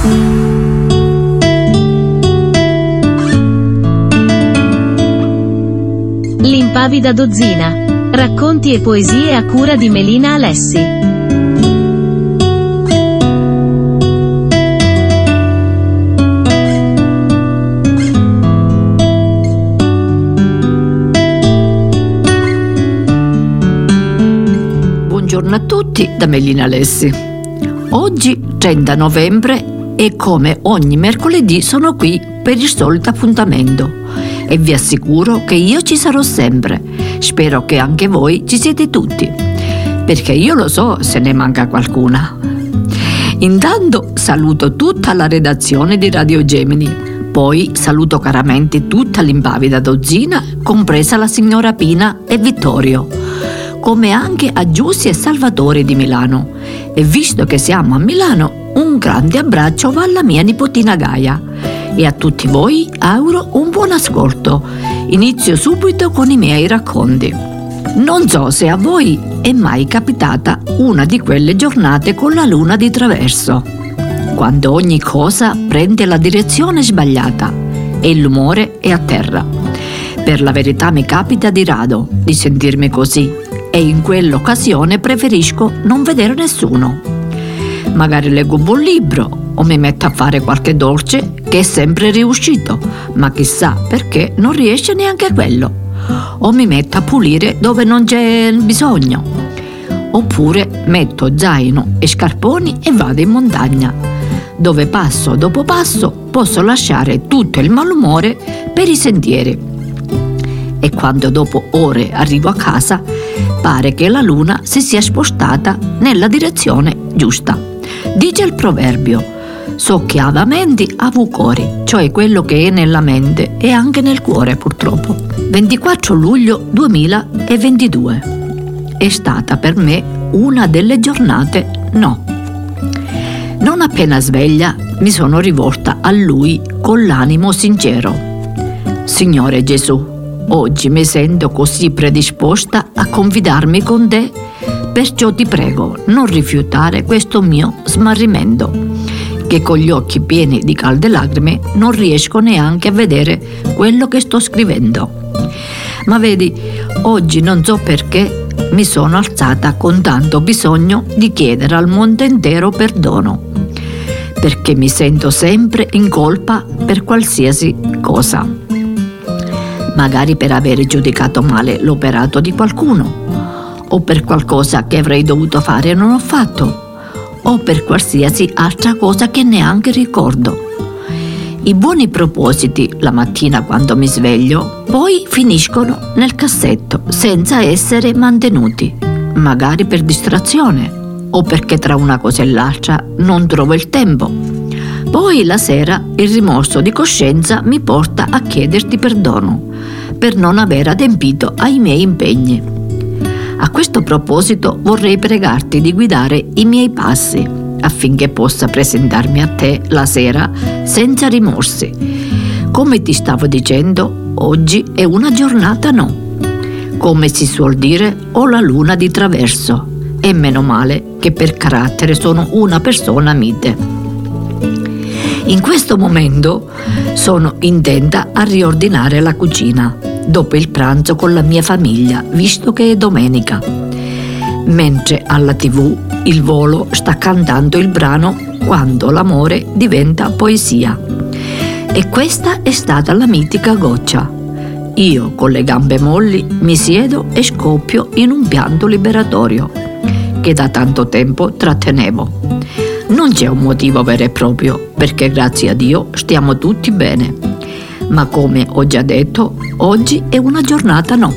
L'impavida dozzina. Racconti e poesie a cura di Melina Alessi. Buongiorno a tutti da Melina Alessi. Oggi 30 novembre e come ogni mercoledì sono qui per il solito appuntamento e vi assicuro che io ci sarò sempre. Spero che anche voi ci siete tutti, perché io lo so se ne manca qualcuna. Intanto saluto tutta la redazione di Radio Gemini, poi saluto caramente tutta l'impavida dozzina, compresa la signora Pina e Vittorio, come anche a Giussi e Salvatore di Milano. E visto che siamo a Milano, un grande abbraccio va alla mia nipotina Gaia. E a tutti voi auguro un buon ascolto. Inizio subito con i miei racconti. Non so se a voi è mai capitata una di quelle giornate con la luna di traverso, quando ogni cosa prende la direzione sbagliata e l'umore è a terra. Per la verità mi capita di rado di sentirmi così e in quell'occasione preferisco non vedere nessuno. Magari leggo un buon libro o mi metto a fare qualche dolce che è sempre riuscito, ma chissà perché non riesce neanche quello. O mi metto a pulire dove non c'è bisogno. Oppure metto zaino e scarponi e vado in montagna, dove passo dopo passo posso lasciare tutto il malumore per i sentieri. E quando dopo ore arrivo a casa, pare che la luna si sia spostata nella direzione giusta. Dice il proverbio: so che ha menti avu cori, cioè quello che è nella mente e anche nel cuore purtroppo. 24 luglio 2022. È stata per me una delle giornate no. Non appena sveglia mi sono rivolta a Lui con l'animo sincero. Signore Gesù, oggi mi sento così predisposta a confidarmi con te, perciò ti prego non rifiutare questo mio smarrimento, che con gli occhi pieni di calde lacrime non riesco neanche a vedere quello che sto scrivendo. Ma vedi, oggi non so perché mi sono alzata con tanto bisogno di chiedere al mondo intero perdono, perché mi sento sempre in colpa per qualsiasi cosa. Magari per aver giudicato male l'operato di qualcuno, o per qualcosa che avrei dovuto fare e non ho fatto, o per qualsiasi altra cosa che neanche ricordo. I buoni propositi la mattina quando mi sveglio poi finiscono nel cassetto senza essere mantenuti, magari per distrazione o perché tra una cosa e l'altra non trovo il tempo. Poi la sera il rimorso di coscienza mi porta a chiederti perdono per non aver adempiito ai miei impegni. A questo proposito vorrei pregarti di guidare i miei passi affinché possa presentarmi a te la sera senza rimorsi. Come ti stavo dicendo, oggi è una giornata no. Come si suol dire, ho la luna di traverso e meno male che per carattere sono una persona mite. In questo momento sono intenta a riordinare la cucina dopo il pranzo con la mia famiglia, visto che è domenica, mentre alla TV il Volo sta cantando il brano Quando l'amore diventa poesia. E questa è stata la mitica goccia. Io, con le gambe molli, mi siedo e scoppio in un pianto liberatorio che da tanto tempo trattenevo. Non c'è un motivo vero e proprio, perché grazie a Dio stiamo tutti bene. Ma come ho già detto, oggi è una giornata no.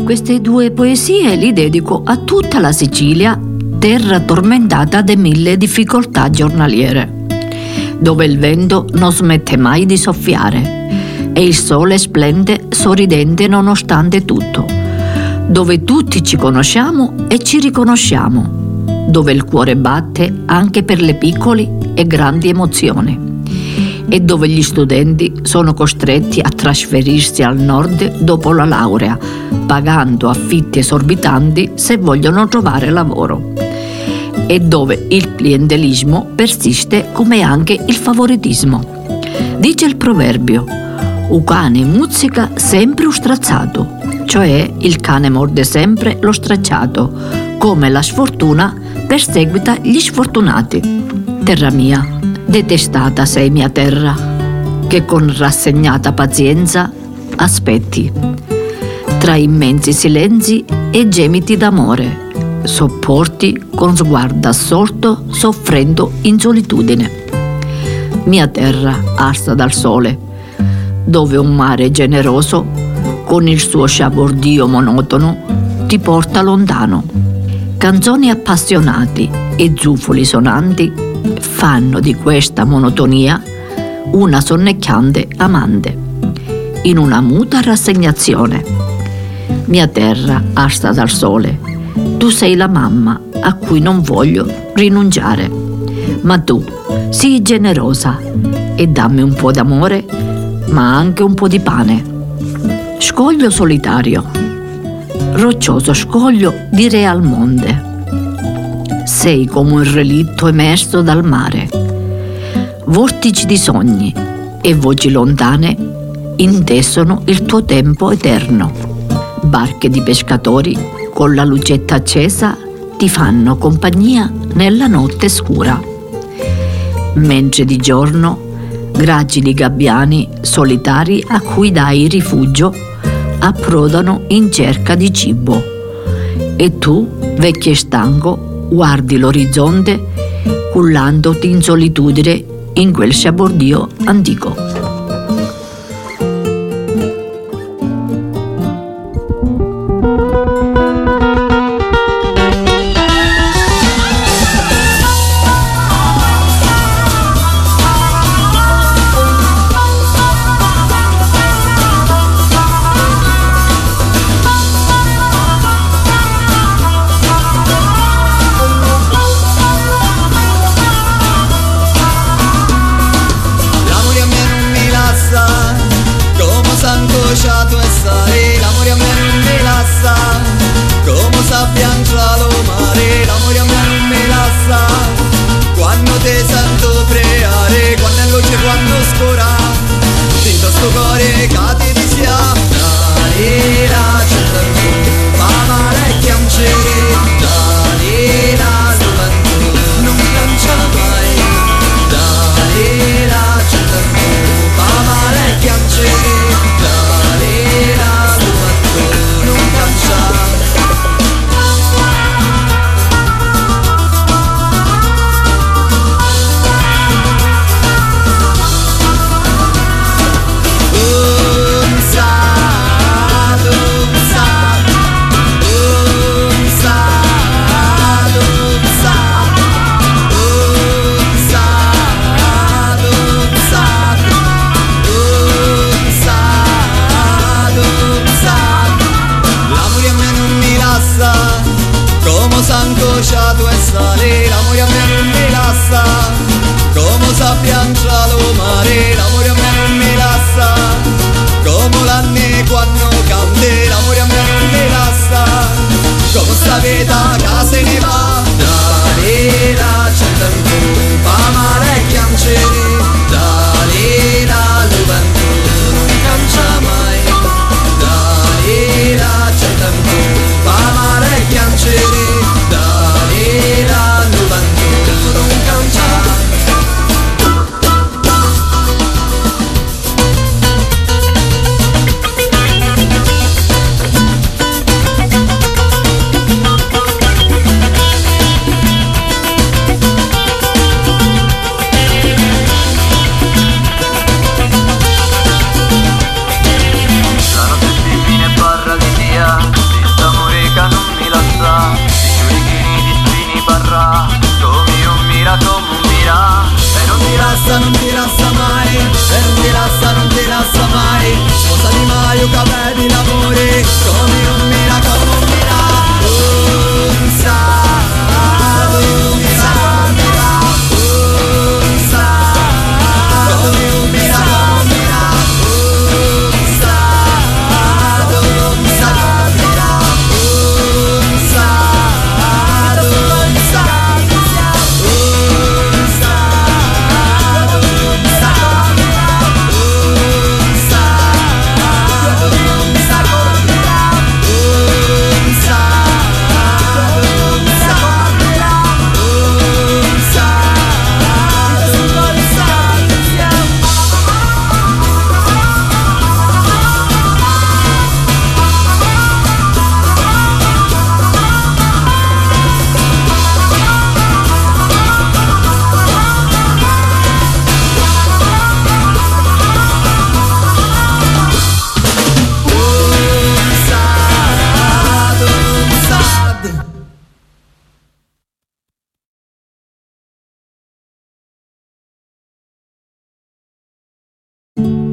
Queste 2 poesie li dedico a tutta la Sicilia, terra tormentata da 1000 difficoltà giornaliere, dove il vento non smette mai di soffiare e il sole splende sorridente nonostante tutto, dove tutti ci conosciamo e ci riconosciamo, dove il cuore batte anche per le piccole e grandi emozioni, e dove gli studenti sono costretti a trasferirsi al nord dopo la laurea, pagando affitti esorbitanti se vogliono trovare lavoro, e dove il clientelismo persiste come anche il favoritismo. Dice il proverbio: un cane muzzica sempre un strazzato, cioè il cane morde sempre lo stracciato, come la sfortuna perseguita gli sfortunati. Terra mia, detestata sei mia terra, che con rassegnata pazienza aspetti, tra immensi silenzi e gemiti d'amore, sopporti con sguardo assorto, soffrendo in solitudine. Mia terra arsa dal sole, dove un mare generoso, con il suo sciabordio monotono, ti porta lontano. Canzoni appassionati e zufoli sonanti fanno di questa monotonia una sonnecchiante amante, in una muta rassegnazione. Mia terra arsa dal sole, tu sei la mamma a cui non voglio rinunciare, ma tu sii generosa e dammi un po' d'amore, ma anche un po' di pane. Scoglio solitario, roccioso scoglio di Real Monte, sei come un relitto emerso dal mare. Vortici di sogni e voci lontane intessono il tuo tempo eterno. Barche di pescatori con la lucetta accesa ti fanno compagnia nella notte scura, mentre di giorno gracili gabbiani solitari a cui dai rifugio approdano in cerca di cibo, e tu, vecchio e stanco, guardi l'orizzonte cullandoti in solitudine in quel sciabordio antico.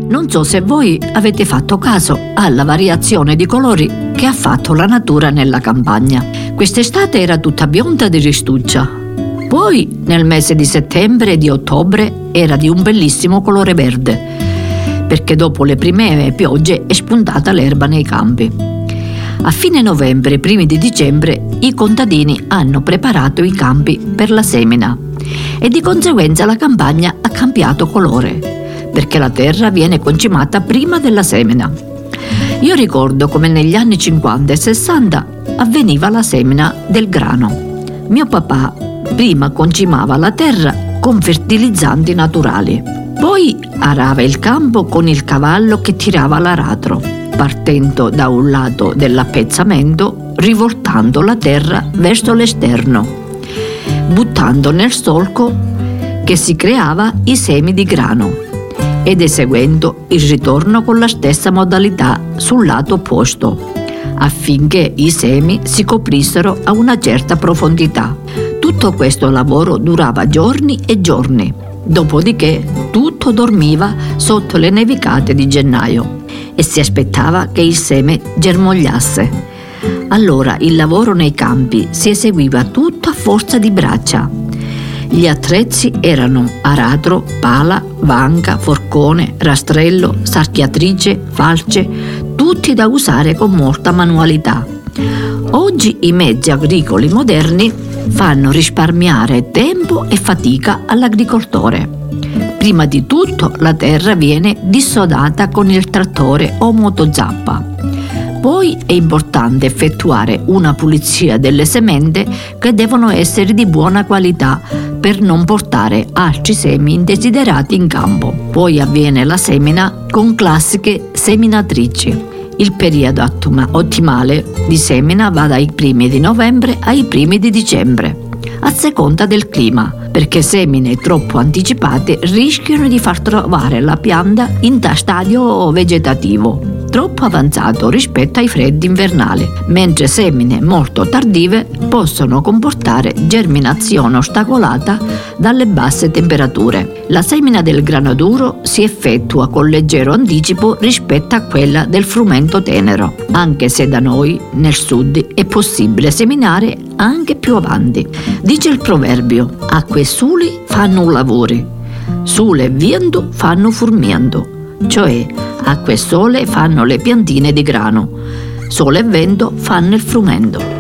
Non so se voi avete fatto caso alla variazione di colori che ha fatto la natura nella campagna. Quest'estate era tutta bionda di ristuccia. Poi nel mese di settembre e di ottobre era di un bellissimo colore verde, perché dopo le prime piogge è spuntata l'erba nei campi. A fine novembre, primi di dicembre, i contadini hanno preparato i campi per la semina e di conseguenza la campagna ha cambiato colore, perché la terra viene concimata prima della semina. Io ricordo come negli anni 50 e 60 avveniva la semina del grano. Mio papà prima concimava la terra con fertilizzanti naturali, poi arava il campo con il cavallo che tirava l'aratro, partendo da un lato dell'appezzamento, rivoltando la terra verso l'esterno, buttando nel solco che si creava i semi di grano ed eseguendo il ritorno con la stessa modalità sul lato opposto, affinché i semi si coprissero a una certa profondità. Tutto questo lavoro durava giorni e giorni, dopodiché tutto dormiva sotto le nevicate di gennaio e si aspettava che il seme germogliasse. Allora il lavoro nei campi si eseguiva tutto a forza di braccia. Gli attrezzi erano aratro, pala, vanca, forcone, rastrello, sarchiatrice, falce, tutti da usare con molta manualità. Oggi i mezzi agricoli moderni fanno risparmiare tempo e fatica all'agricoltore. Prima di tutto la terra viene dissodata con il trattore o motozappa. Poi è importante effettuare una pulizia delle semente che devono essere di buona qualità per non portare altri semi indesiderati in campo. Poi avviene la semina con classiche seminatrici. Il periodo ottimale di semina va dai primi di novembre ai primi di dicembre, a seconda del clima, perché semine troppo anticipate rischiano di far trovare la pianta in stadio vegetativo troppo avanzato rispetto ai freddi invernali, mentre semine molto tardive possono comportare germinazione ostacolata dalle basse temperature. La semina del grano duro si effettua con leggero anticipo rispetto a quella del frumento tenero, anche se da noi, nel sud, è possibile seminare anche più avanti. Dice il proverbio: acqua e suli fanno un lavoro, sole e vento fanno furmiento, cioè acqua e sole fanno le piantine di grano, sole e vento fanno il frumento.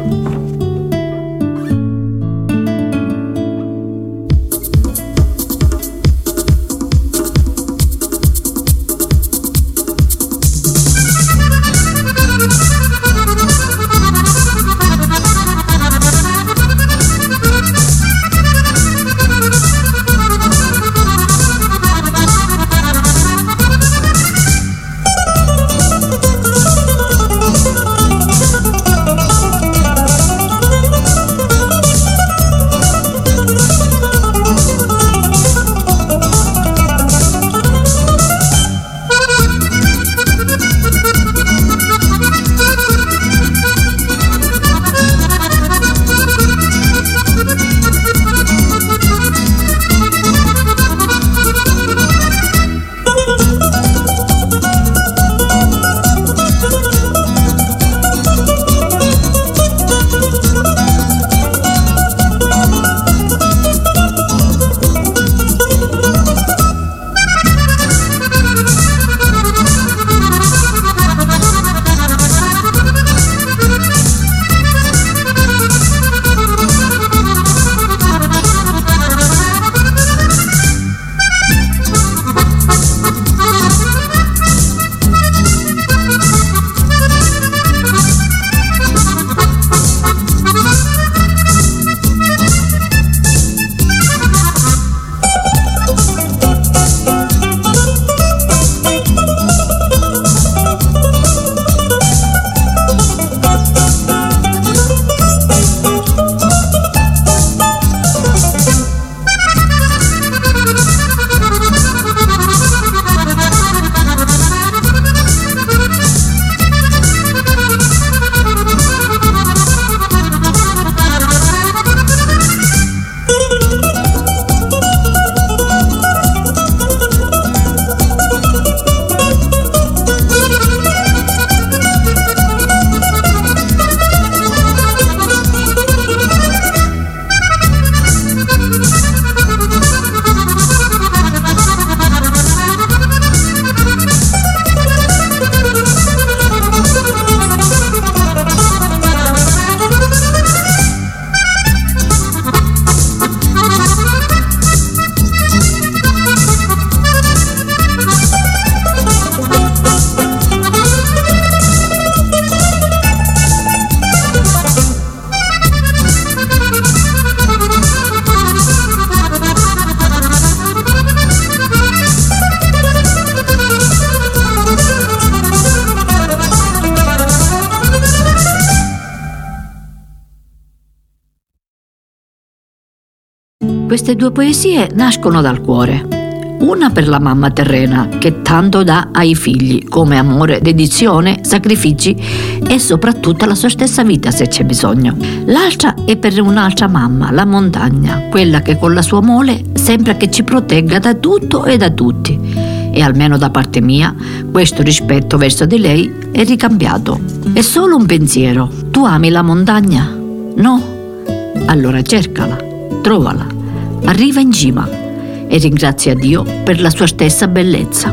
Queste due poesie nascono dal cuore. Una per la mamma terrena, che tanto dà ai figli, come amore, dedizione, sacrifici e soprattutto la sua stessa vita se c'è bisogno. L'altra è per un'altra mamma, la montagna, quella che con la sua mole sembra che ci protegga da tutto e da tutti. E almeno da parte mia, questo rispetto verso di lei è ricambiato. È solo un pensiero. Tu ami la montagna? No? Allora cercala, trovala, arriva in cima e ringrazia Dio per la sua stessa bellezza,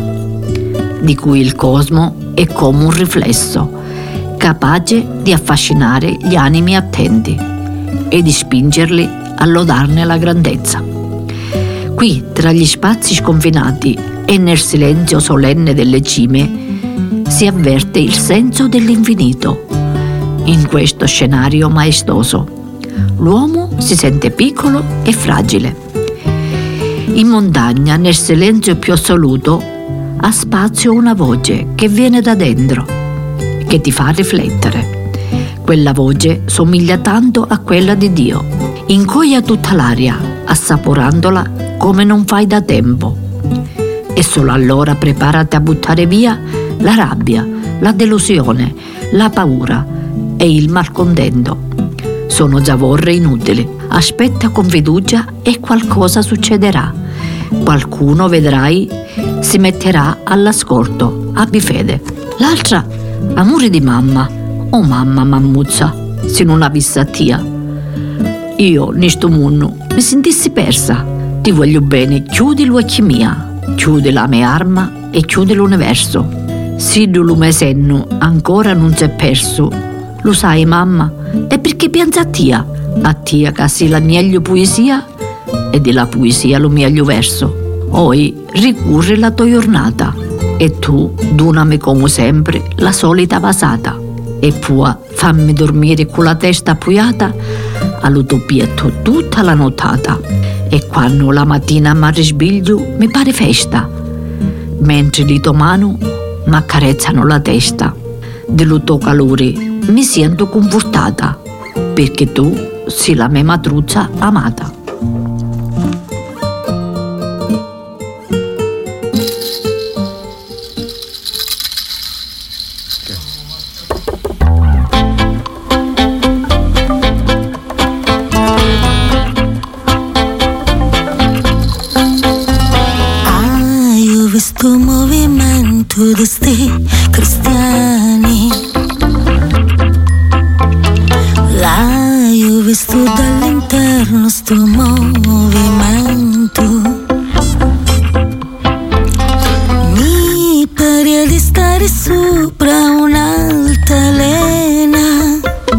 di cui il cosmo è come un riflesso, capace di affascinare gli animi attenti e di spingerli a lodarne la grandezza. Qui, tra gli spazi sconfinati e nel silenzio solenne delle cime, si avverte il senso dell'infinito. In questo scenario maestoso, l'uomo si sente piccolo e fragile. In montagna, nel silenzio più assoluto, ha spazio una voce che viene da dentro, che ti fa riflettere. Quella voce somiglia tanto a quella di Dio. Ingoia tutta l'aria, assaporandola come non fai da tempo. E solo allora preparati a buttare via la rabbia, la delusione, la paura e il malcontento. Sono zavorre inutili. Aspetta con fiducia e qualcosa succederà. Qualcuno, vedrai, si metterà all'ascolto. Abbi fede. L'altra, amore di mamma. Oh mamma mammuzza, se non avessi a tia. Io, in sto mondo, mi sentissi persa. Ti voglio bene, chiudi l'occhi mia, chiudi la mia arma e chiudi l'universo. Se lume senno ancora non si è perso, lo sai mamma, è perché pensa a tia che sia la meglio poesia e della poesia lo meglio verso. Poi ricurri la tua giornata e tu donami come sempre la solita vasata e poi fammi dormire con la testa appoggiata all'utopietto tutta la nottata e quando la mattina mi risveglio mi pare festa mentre di tua mano mi accarezzano la testa dello tuo calore mi sento confortata perché tu sei la mia matruzza amata. Hai visto un movimento di sti cristiani? L'hai visto dall'interno sto movimento? Mi pare di stare sopra un'altalena.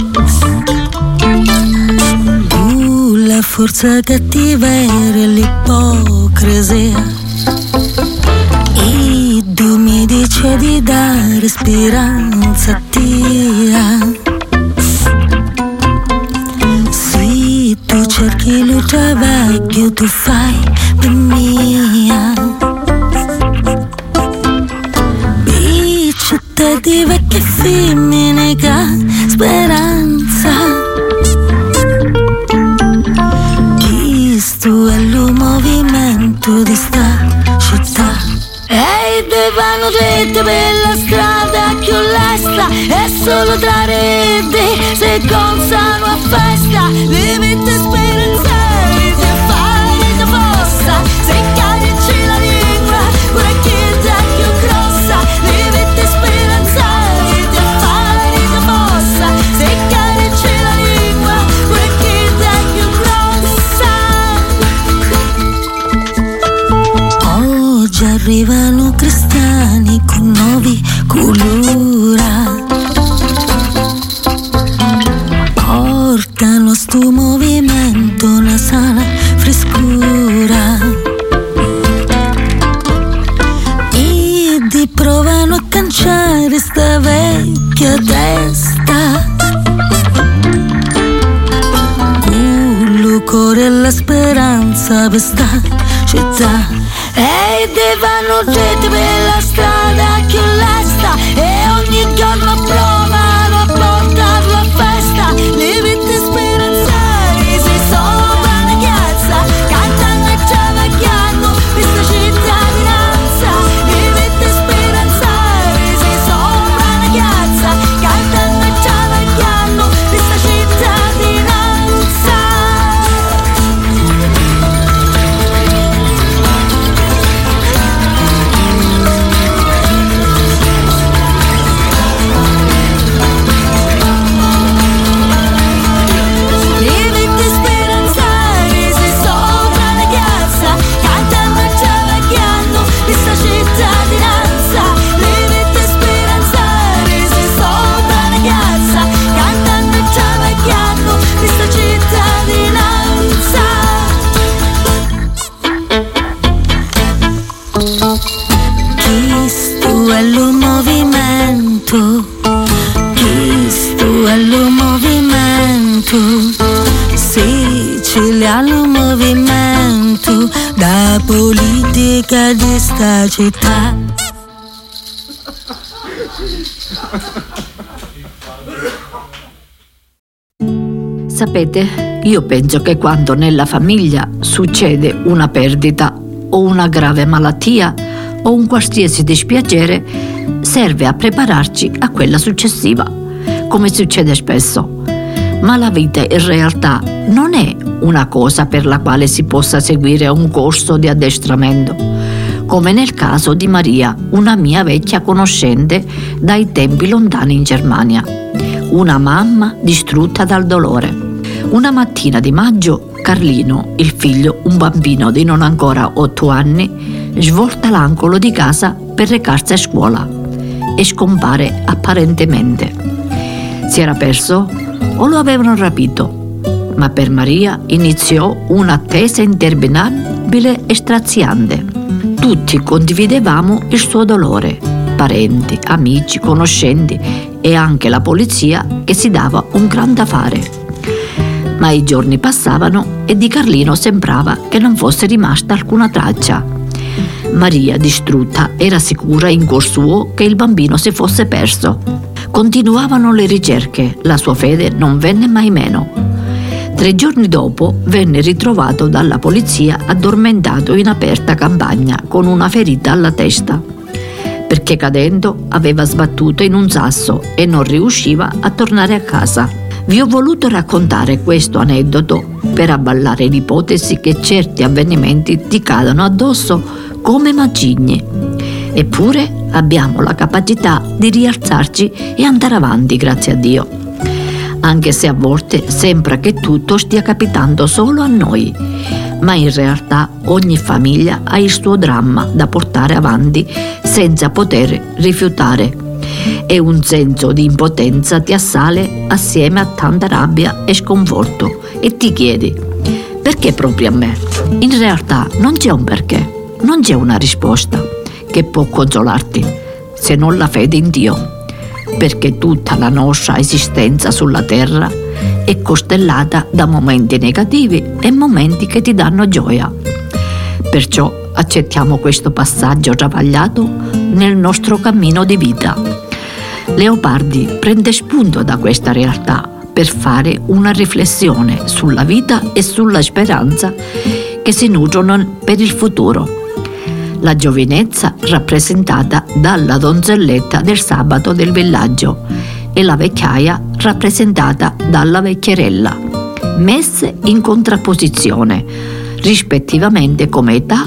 La forza cattiveria e l'ipocrisia. E tu mi dici di dare speranza a tia. Se tu cerchi il travaglio tu fai per mia. Biccietta di vecchie femmine che speranza. Questo è il movimento di sta città. Ehi, vanno dritte per la strada più lesta. È solo tra rete se consano a festa. Le mette speranzare se fare da fossa. Se carici la lingua pure chi è più grossa. Le mette speranzare se fare da fossa. Se carici la lingua pure chi è più grossa. Oggi arrivano cristiani con nuovi colori. Portano sto movimento una sana frescura. E di provano a canciare sta vecchia testa. Con il cuore e la speranza per sta città. Ehi, vanno dritti per la strada più lesta. E ogni giorno provano a portarlo a festa. Le vite speranzare si sopra una piazza. Questo è il movimento, questo è il movimento, siciliano movimento, da politica di sta città. Sapete, io penso che quando nella famiglia succede una perdita o una grave malattia o un qualsiasi dispiacere, serve a prepararci a quella successiva, come succede spesso. Ma la vita in realtà non è una cosa per la quale si possa seguire un corso di addestramento, come nel caso di Maria, una mia vecchia conoscente dai tempi lontani in Germania, una mamma distrutta dal dolore. Una mattina di maggio, Carlino, il figlio, un bambino di non ancora 8 anni, svolta l'angolo di casa per recarsi a scuola e scompare apparentemente. Si era perso o lo avevano rapito? Ma per Maria iniziò un'attesa interminabile e straziante. Tutti condividevamo il suo dolore, parenti, amici, conoscenti e anche la polizia che si dava un gran da fare. Ma i giorni passavano e di Carlino sembrava che non fosse rimasta alcuna traccia. Maria, distrutta, era sicura in cuor suo che il bambino si fosse perso. Continuavano le ricerche, la sua fede non venne mai meno. 3 giorni dopo venne ritrovato dalla polizia addormentato in aperta campagna con una ferita alla testa, perché cadendo aveva sbattuto in un sasso e non riusciva a tornare a casa. Vi ho voluto raccontare questo aneddoto per avvallare l'ipotesi che certi avvenimenti ti cadano addosso come macigni. Eppure abbiamo la capacità di rialzarci e andare avanti, grazie a Dio. Anche se a volte sembra che tutto stia capitando solo a noi, ma in realtà ogni famiglia ha il suo dramma da portare avanti senza poter rifiutare. E un senso di impotenza ti assale assieme a tanta rabbia e sconforto e ti chiedi: perché proprio a me? In realtà non c'è un perché, non c'è una risposta che può consolarti se non la fede in Dio, perché tutta la nostra esistenza sulla terra è costellata da momenti negativi e momenti che ti danno gioia. Perciò accettiamo questo passaggio travagliato nel nostro cammino di vita. Leopardi prende spunto da questa realtà per fare una riflessione sulla vita e sulla speranza che si nutrono per il futuro. La giovinezza rappresentata dalla donzelletta del sabato del villaggio e la vecchiaia rappresentata dalla vecchierella, messe in contrapposizione, rispettivamente come età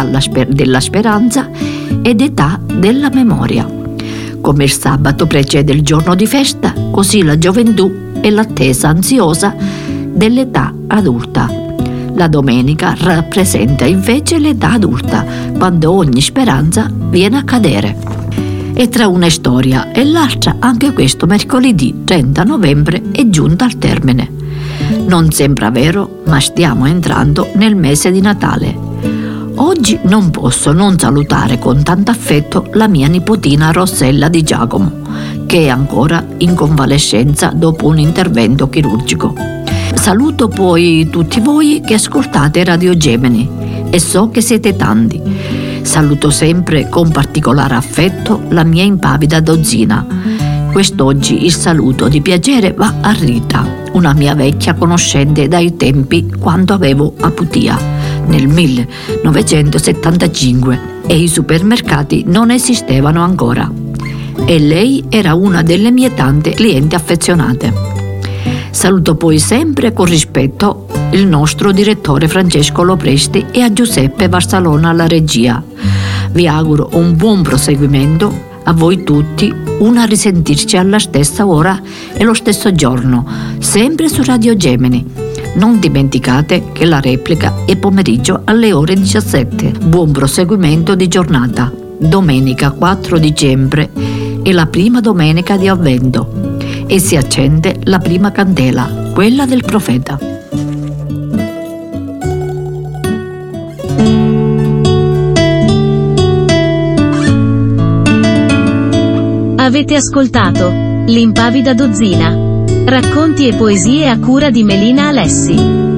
della speranza ed età della memoria. Come il sabato precede il giorno di festa, così la gioventù è l'attesa ansiosa dell'età adulta. La domenica rappresenta invece l'età adulta, quando ogni speranza viene a cadere. E tra una storia e l'altra, anche questo mercoledì 30 novembre è giunta al termine. Non sembra vero, ma stiamo entrando nel mese di Natale. Oggi non posso non salutare con tanto affetto la mia nipotina Rossella di Giacomo, che è ancora in convalescenza dopo un intervento chirurgico. Saluto poi tutti voi che ascoltate Radio Gemini e so che siete tanti. Saluto sempre con particolare affetto la mia impavida dozzina. Quest'oggi il saluto di piacere va a Rita, una mia vecchia conoscente dai tempi quando avevo Aputia, nel 1975, e i supermercati non esistevano ancora. E lei era una delle mie tante clienti affezionate. Saluto poi sempre con rispetto il nostro direttore Francesco Lopresti e a Giuseppe Barsalona alla regia. Vi auguro un buon proseguimento a voi tutti, a risentirci alla stessa ora e lo stesso giorno, sempre su Radio Gemini. Non dimenticate che la replica è pomeriggio alle ore 17. Buon proseguimento di giornata. Domenica 4 dicembre è la prima domenica di Avvento e si accende la prima candela, quella del profeta. Avete ascoltato L'impavida dozzina. Racconti e poesie a cura di Melina Alessi.